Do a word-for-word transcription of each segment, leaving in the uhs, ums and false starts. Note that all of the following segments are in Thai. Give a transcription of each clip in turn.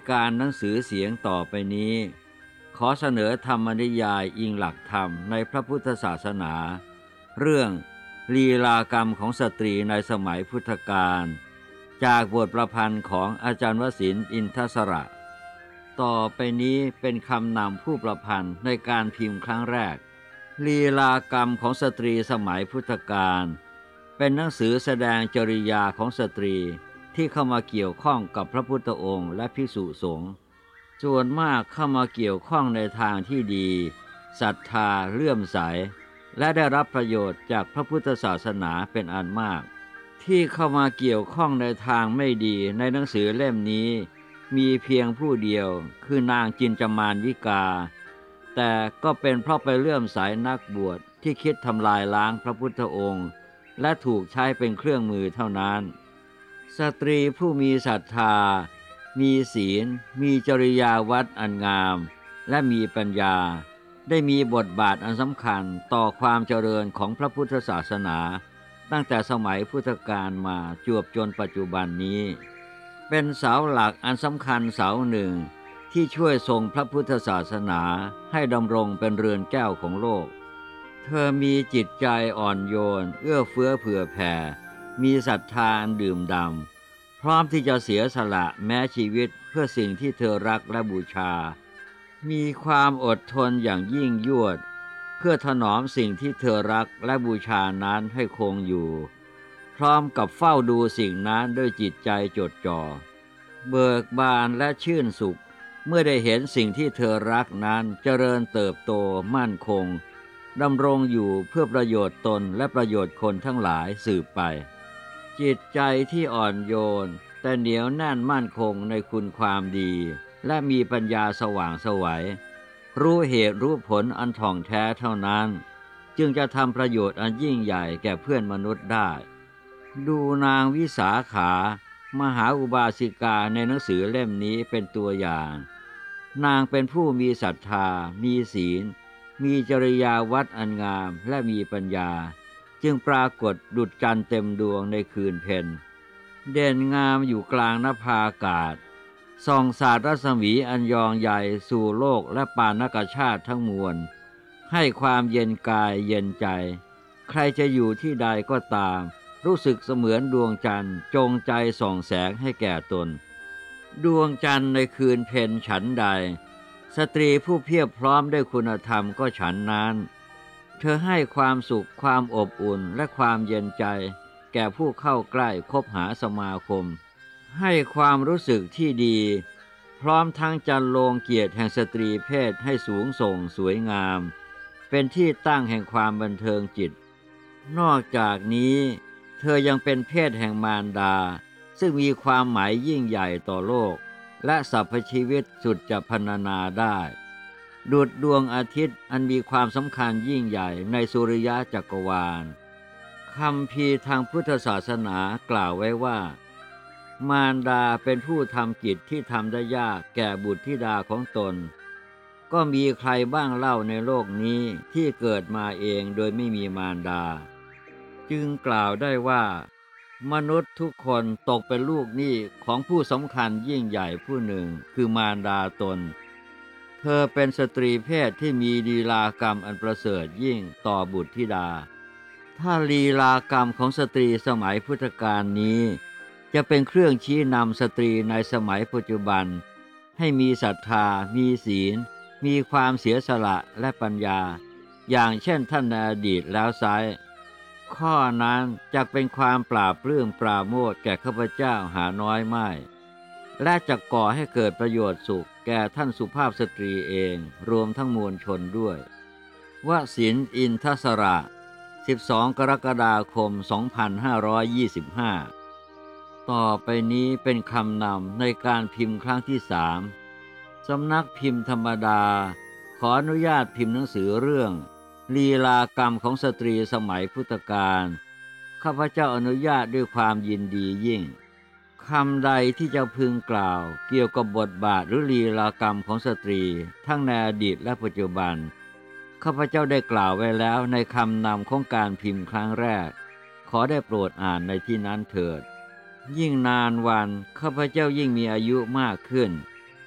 การหนังสือเสียงต่อไปนี้ขอเสนอธรรมนิยายอิงหลักธรรมในพระพุทธศาสนาเรื่องลีลากรรมของสตรีในสมัยพุทธกาลจากบทประพันธ์ของอาจารย์วสินทร์อินทสระต่อไปนี้เป็นคำนำผู้ประพันธ์ในการพิมพ์ครั้งแรกลีลากรรมของสตรีสมัยพุทธกาลเป็นหนังสือแสดงจริยาของสตรีที่เข้ามาเกี่ยวข้องกับพระพุทธองค์และภิกษุสงฆ์ส่วนมากเข้ามาเกี่ยวข้องในทางที่ดีศรัทธาเลื่อมใสและได้รับประโยชน์จากพระพุทธศาสนาเป็นอันมากที่เข้ามาเกี่ยวข้องในทางไม่ดีในหนังสือเล่มนี้มีเพียงผู้เดียวคือนางจินจามานวิกาแต่ก็เป็นเพราะไปเลื่อมใสนักบวชที่คิดทำลายล้างพระพุทธองค์และถูกใช้เป็นเครื่องมือเท่านั้นสตรีผู้มีศรัทธามีศีลมีจริยาวัดอันงามและมีปัญญาได้มีบทบาทอันสำคัญต่อความเจริญของพระพุทธศาสนาตั้งแต่สมัยพุทธกาลมาจวบจนปัจจุบันนี้เป็นเสาหลักอันสำคัญเสาหนึ่งที่ช่วยทรงพระพุทธศาสนาให้ดำรงเป็นเรือนแก้วของโลกเธอมีจิตใจอ่อนโยนเอื้อเฟื้อเผื่อแผ่มีศรัทธาอันดื่มด่ำพร้อมที่จะเสียสละแม้ชีวิตเพื่อสิ่งที่เธอรักและบูชามีความอดทนอย่างยิ่งยวดเพื่อถนอมสิ่งที่เธอรักและบูชานั้นให้คงอยู่พร้อมกับเฝ้าดูสิ่งนั้นด้วยจิตใจจดจ่อเบิกบานและชื่นสุขเมื่อได้เห็นสิ่งที่เธอรักนั้นเจริญเติบโตมั่นคงดำรงอยู่เพื่อประโยชน์ตนและประโยชน์คนทั้งหลายสืบไปจิตใจที่อ่อนโยนแต่เหนียวแน่นมั่นคงในคุณความดีและมีปัญญาสว่างไสวรู้เหตุรู้ผลอันถ่องแท้เท่านั้นจึงจะทำประโยชน์อันยิ่งใหญ่แก่เพื่อนมนุษย์ได้ดูนางวิสาขามหาอุบาสิกาในหนังสือเล่มนี้เป็นตัวอย่างนางเป็นผู้มีศรัทธามีศีลมีจริยาวัดอันงามและมีปัญญาจึงปรากฏดุจจันทร์เต็มดวงในคืนเพ็ญเด่นงามอยู่กลางนภาอากาศส่องสาดรัศมีอันยองใหญ่สู่โลกและปานกชาติทั้งมวลให้ความเย็นกายเย็นใจใครจะอยู่ที่ใดก็ตามรู้สึกเสมือนดวงจันทร์จงใจส่องแสงให้แก่ตนดวงจันทร์ในคืนเพ็ญฉันใดสตรีผู้เพียบพร้อมด้วยคุณธรรมก็ฉันนั้นเธอให้ความสุขความอบอุ่นและความเย็นใจแก่ผู้เข้าใกล้คบหาสมาคมให้ความรู้สึกที่ดีพร้อมทั้งจันโลงเกียรติแห่งสตรีเพศให้สูงส่งสวยงามเป็นที่ตั้งแห่งความบันเทิงจิตนอกจากนี้เธอยังเป็นเพศแห่งมารดาซึ่งมีความหมายยิ่งใหญ่ต่อโลกและสรรพชีวิตสุดจะพรรณนาได้ดุจดวงอาทิตย์อันมีความสำคัญยิ่งใหญ่ในสุริยะจักรวาลคัมภีร์ทางพุทธศาสนากล่าวไว้ว่ามารดาเป็นผู้ทำกิจที่ทำได้ยากแก่บุตรธิดาของตนก็มีใครบ้างเล่าในโลกนี้ที่เกิดมาเองโดยไม่มีมารดาจึงกล่าวได้ว่ามนุษย์ทุกคนตกเป็นลูกหนี้ของผู้สำคัญยิ่งใหญ่ผู้หนึ่งคือมารดาตนเธอเป็นสตรีเพศที่มีลีลากรรมอันประเสริฐยิ่งต่อบุตรธิดาถ้าลีลากรรมของสตรีสมัยพุทธกาลนี้จะเป็นเครื่องชี้นำสตรีในสมัยปัจจุบันให้มีศรัทธามีศีลมีความเสียสละและปัญญาอย่างเช่นท่านในอดีตแล้วไซร้ข้อนั้นจะเป็นความปราบปลื้มปราโมทย์แก่ข้าพเจ้าหาน้อยไม่และจะก่อให้เกิดประโยชน์สุขแก่ท่านสุภาพสตรีเองรวมทั้งมวลชนด้วยวสินทร์อินทสระสิบสองกรกฎาคมสองพันห้าร้อยยี่สิบห้าต่อไปนี้เป็นคำนำในการพิมพ์ครั้งที่สามสำนักพิมพ์ธรรมดาขออนุญาตพิมพ์หนังสือเรื่องลีลากรรมของสตรีสมัยพุทธกาลข้าพเจ้าอนุญาตด้วยความยินดียิ่งคำใดที่จะพึงกล่าวเกี่ยวกับบทบาทหรือลีลากรรมของสตรีทั้งในอดีตและปัจจุบันข้าพเจ้าได้กล่าวไว้แล้วในคำนำของการพิมพ์ครั้งแรกขอได้โปรดอ่านในที่นั้นเถิดยิ่งนานวันข้าพเจ้ายิ่งมีอายุมากขึ้น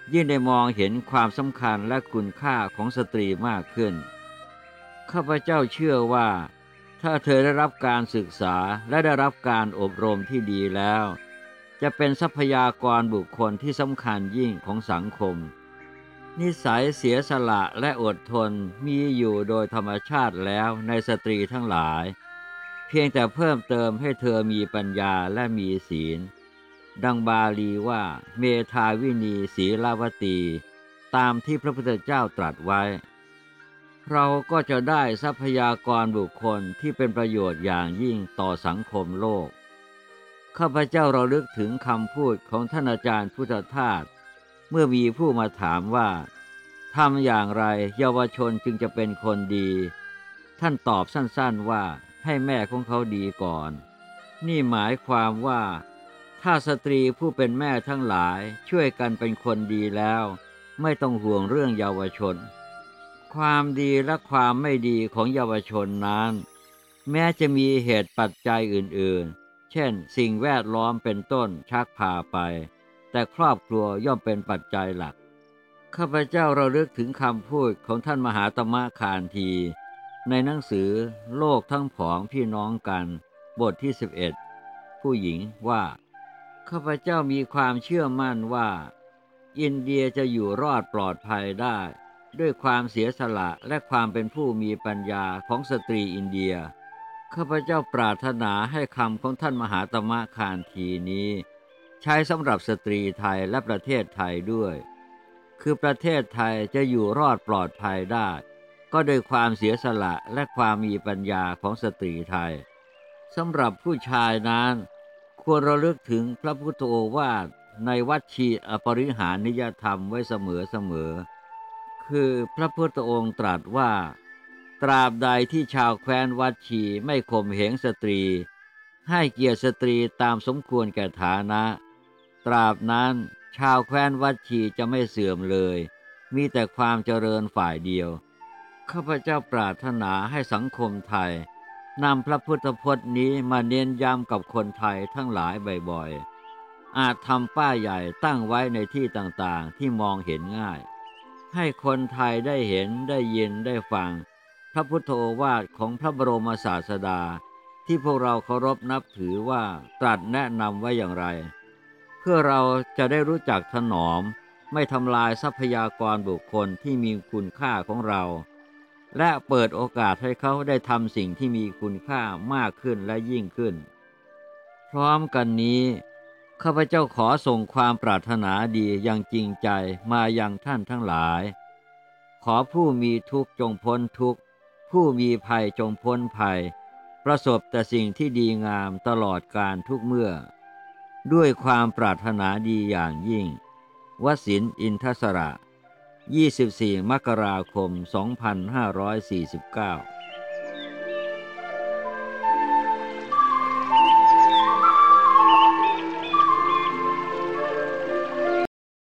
ยิ่งได้มองเห็นความสำคัญและคุณค่าของสตรีมากขึ้นข้าพเจ้าเชื่อว่าถ้าเธอได้รับการศึกษาและได้รับการอบรมที่ดีแล้วจะเป็นทรัพยากรบุคคลที่สำคัญยิ่งของสังคมนิสัยเสียสละและอดทนมีอยู่โดยธรรมชาติแล้วในสตรีทั้งหลายเพียงแต่เพิ่มเติมให้เธอมีปัญญาและมีศีลดังบาลีว่าเมธาวินีศีลาวตีตามที่พระพุทธเจ้าตรัสไว้เราก็จะได้ทรัพยากรบุคคลที่เป็นประโยชน์อย่างยิ่งต่อสังคมโลกข้าพเจ้าระลึกถึงคำพูดของท่านอาจารย์พุทธทาสเมื่อมีผู้มาถามว่าทำอย่างไรเยาวชนจึงจะเป็นคนดีท่านตอบสั้นๆว่าให้แม่ของเขาดีก่อนนี่หมายความว่าถ้าสตรีผู้เป็นแม่ทั้งหลายช่วยกันเป็นคนดีแล้วไม่ต้องห่วงเรื่องเยาวชนความดีและความไม่ดีของเยาวชนนั้นแม้จะมีเหตุปัจจัยอื่นๆเช่นสิ่งแวดล้อมเป็นต้นชักพาไปแต่ครอบครัวย่อมเป็นปัจจัยหลักข้าพเจ้าระลึกถึงคำพูดของท่านมหาตมะคานธีในหนังสือโลกทั้งผองพี่น้องกันบทที่สิบเอ็ดผู้หญิงว่าข้าพเจ้ามีความเชื่อมั่นว่าอินเดียจะอยู่รอดปลอดภัยได้ด้วยความเสียสละและความเป็นผู้มีปัญญาของสตรีอินเดียข้าพเจ้าปรารถนาให้คำของท่านมหาตมะคานธีนี้ใช้สำหรับสตรีไทยและประเทศไทยด้วยคือประเทศไทยจะอยู่รอดปลอดภัยได้ก็โดยความเสียสละและความมีปัญญาของสตรีไทยสำหรับผู้ชายนั้นควรระลึกถึงพระพุทธโอวาทในวัชชีอปริหานิยธรรมไว้เสมอๆคือพระพุทธองค์ตรัสว่าตราบใดที่ชาวแคว้นวัชชีไม่ข่มเหงสตรีให้เกียรติสตรีตามสมควรแก่ฐานะตราบนั้นชาวแคว้นวัชชีจะไม่เสื่อมเลยมีแต่ความเจริญฝ่ายเดียวข้าพเจ้าปรารถนาให้สังคมไทยนำพระพุทธพจน์นี้มาเน้นย้ำกับคนไทยทั้งหลายบ่อยๆอาจทำป้ายใหญ่ตั้งไว้ในที่ต่างๆที่มองเห็นง่ายให้คนไทยได้เห็นได้ยินได้ฟังพระพุทธโอวาทของพระบรมศาสดาที่พวกเราเคารพนับถือว่าตรัสแนะนำไว้อย่างไรเพื่อเราจะได้รู้จักถนอมไม่ทำลายทรัพยากรบุคคลที่มีคุณค่าของเราและเปิดโอกาสให้เขาได้ทำสิ่งที่มีคุณค่ามากขึ้นและยิ่งขึ้นพร้อมกันนี้ข้าพเจ้าขอส่งความปรารถนาดีอย่างจริงใจมายังท่านทั้งหลายขอผู้มีทุกข์จงพ้นทุกข์ผู้มีภัยจงพ้นภัยประสบแต่สิ่งที่ดีงามตลอดกาลทุกเมื่อด้วยความปรารถนาดีอย่างยิ่งวสินทร์ อินทสระยี่สิบสี่มกราคมสองพันห้าร้อยสี่สิบเก้า